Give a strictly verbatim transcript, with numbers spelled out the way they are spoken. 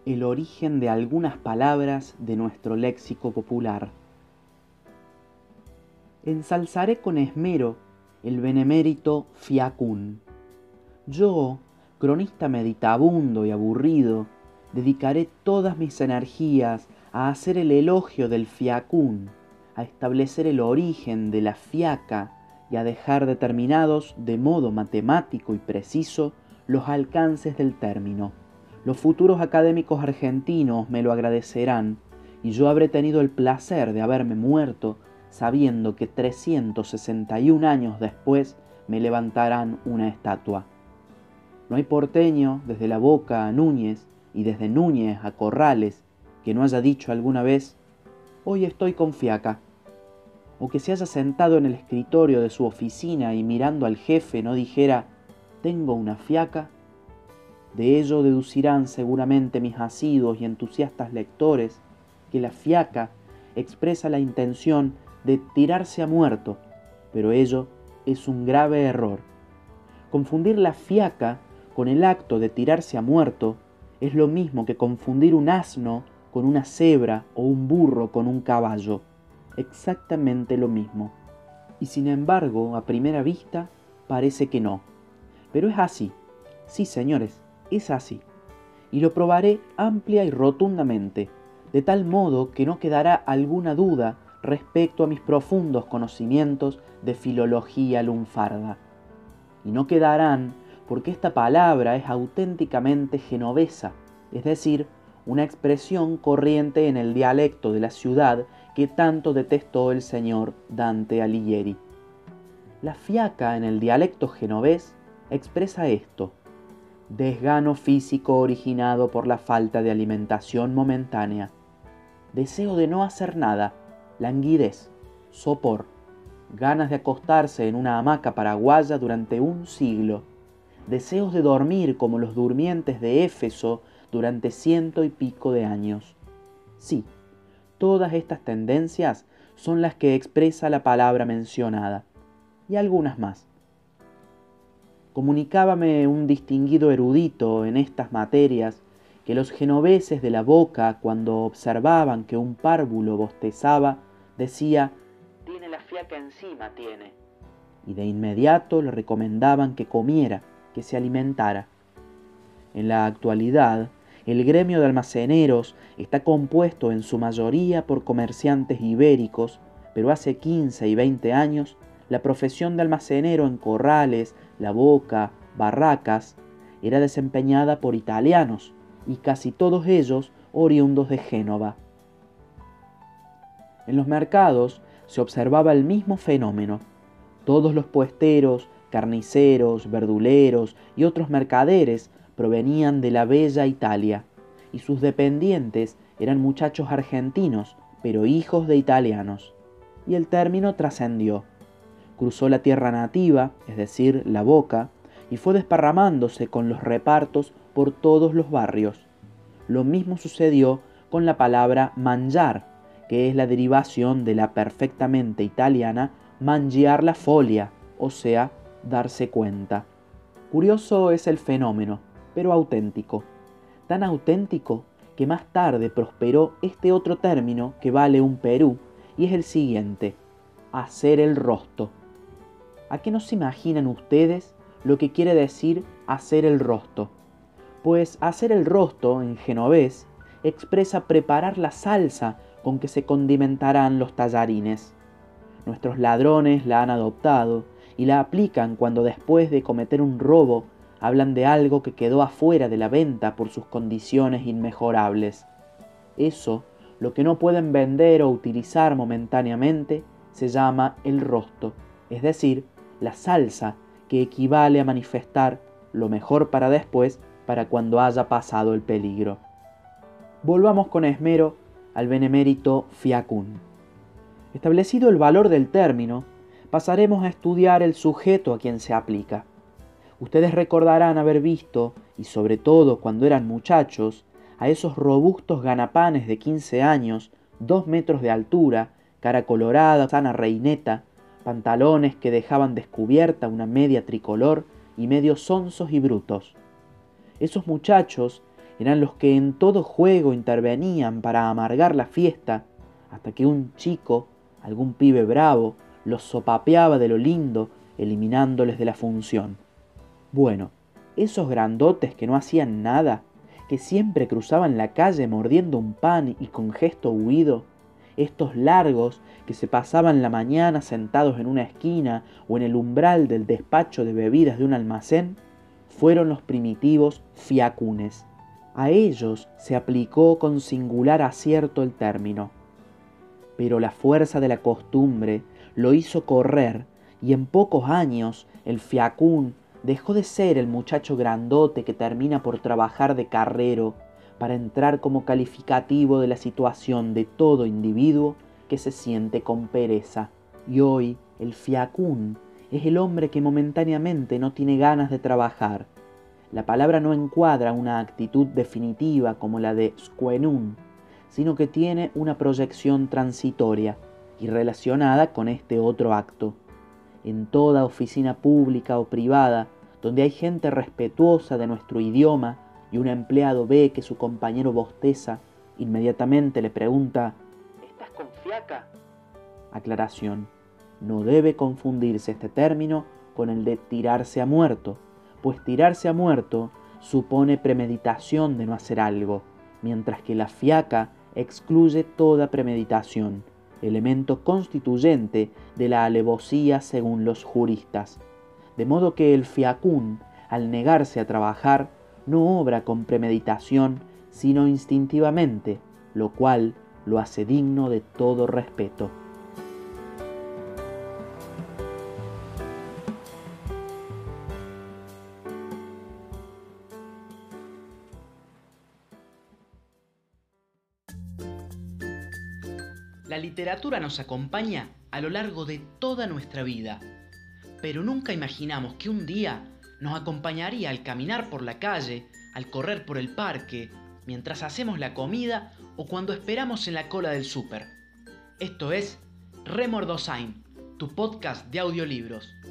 el origen de algunas palabras de nuestro léxico popular. Ensalzaré con esmero el benemérito fiacún. Yo, cronista meditabundo y aburrido, dedicaré todas mis energías a hacer el elogio del fiacún, a establecer el origen de la fiaca y a dejar determinados de modo matemático y preciso los alcances del término. Los futuros académicos argentinos me lo agradecerán y yo habré tenido el placer de haberme muerto sabiendo que trescientos sesenta y un años después me levantarán una estatua. No hay porteño desde La Boca a Núñez y desde Núñez a Corrales que no haya dicho alguna vez, hoy estoy con fiaca, o que se haya sentado en el escritorio de su oficina y mirando al jefe no dijera, tengo una fiaca. De ello deducirán seguramente mis asiduos y entusiastas lectores que la fiaca expresa la intención de tirarse a muerto, pero ello es un grave error. Confundir la fiaca con el acto de tirarse a muerto es lo mismo que confundir un asno con una cebra o un burro con un caballo. Exactamente lo mismo. Y sin embargo, a primera vista, parece que no. Pero es así. Sí, señores, es así. Y lo probaré amplia y rotundamente, de tal modo que no quedará alguna duda respecto a mis profundos conocimientos de filología lunfarda. Y no quedarán porque esta palabra es auténticamente genovesa, es decir, una expresión corriente en el dialecto de la ciudad que tanto detestó el señor Dante Alighieri. La fiaca en el dialecto genovés expresa esto: desgano físico originado por la falta de alimentación momentánea, deseo de no hacer nada, languidez, sopor, ganas de acostarse en una hamaca paraguaya durante un siglo, deseos de dormir como los durmientes de Éfeso durante ciento y pico de años. Sí, todas estas tendencias son las que expresa la palabra mencionada, y algunas más. Comunicábame un distinguido erudito en estas materias que los genoveses de La Boca, cuando observaban que un párvulo bostezaba, decía, «Tiene la fiaca encima, tiene», y de inmediato le recomendaban que comiera, que se alimentara. En la actualidad, el gremio de almaceneros está compuesto en su mayoría por comerciantes ibéricos, pero hace quince y veinte años la profesión de almacenero en Corrales, La Boca, Barracas, era desempeñada por italianos, y casi todos ellos oriundos de Génova. En los mercados se observaba el mismo fenómeno. Todos los puesteros, carniceros, verduleros y otros mercaderes provenían de la bella Italia, y sus dependientes eran muchachos argentinos, pero hijos de italianos. Y el término trascendió. Cruzó la tierra nativa, es decir, La Boca, y fue desparramándose con los repartos por todos los barrios. Lo mismo sucedió con la palabra mangiar, que es la derivación de la perfectamente italiana mangiar la folia, o sea, darse cuenta. Curioso es el fenómeno, pero auténtico. Tan auténtico que más tarde prosperó este otro término que vale un Perú, y es el siguiente: hacer el rosto. ¿A qué no se imaginan ustedes lo que quiere decir hacer el rosto? Pues hacer el rosto, en genovés, expresa preparar la salsa con que se condimentarán los tallarines. Nuestros ladrones la han adoptado y la aplican cuando después de cometer un robo hablan de algo que quedó afuera de la venta por sus condiciones inmejorables. Eso, lo que no pueden vender o utilizar momentáneamente, se llama el rosto, es decir, la salsa que equivale a manifestar lo mejor para después, para cuando haya pasado el peligro. Volvamos con esmero al benemérito fiacún. Establecido el valor del término, pasaremos a estudiar el sujeto a quien se aplica. Ustedes recordarán haber visto, y sobre todo cuando eran muchachos, a esos robustos ganapanes de quince años, dos metros de altura, cara colorada, sana reineta, pantalones que dejaban descubierta una media tricolor y medios sonsos y brutos. Esos muchachos eran los que en todo juego intervenían para amargar la fiesta, hasta que un chico, algún pibe bravo, los sopapeaba de lo lindo, eliminándoles de la función. Bueno, esos grandotes que no hacían nada, que siempre cruzaban la calle mordiendo un pan y con gesto huido, estos largos que se pasaban la mañana sentados en una esquina o en el umbral del despacho de bebidas de un almacén, fueron los primitivos fiacunes. A ellos se aplicó con singular acierto el término. Pero la fuerza de la costumbre lo hizo correr y en pocos años el fiacún dejó de ser el muchacho grandote que termina por trabajar de carrero para entrar como calificativo de la situación de todo individuo que se siente con pereza. Y hoy el fiacún es el hombre que momentáneamente no tiene ganas de trabajar. La palabra no encuadra una actitud definitiva como la de squenún, sino que tiene una proyección transitoria y relacionada con este otro acto. En toda oficina pública o privada, donde hay gente respetuosa de nuestro idioma y un empleado ve que su compañero bosteza, inmediatamente le pregunta: ¿estás con fiaca? Aclaración: no debe confundirse este término con el de tirarse a muerto, pues tirarse a muerto supone premeditación de no hacer algo, mientras que la fiaca excluye toda premeditación, elemento constituyente de la alevosía según los juristas. De modo que el fiacún, al negarse a trabajar, no obra con premeditación, sino instintivamente, lo cual lo hace digno de todo respeto. La literatura nos acompaña a lo largo de toda nuestra vida, pero nunca imaginamos que un día nos acompañaría al caminar por la calle, al correr por el parque, mientras hacemos la comida o cuando esperamos en la cola del súper. Esto es Remordosain, tu podcast de audiolibros.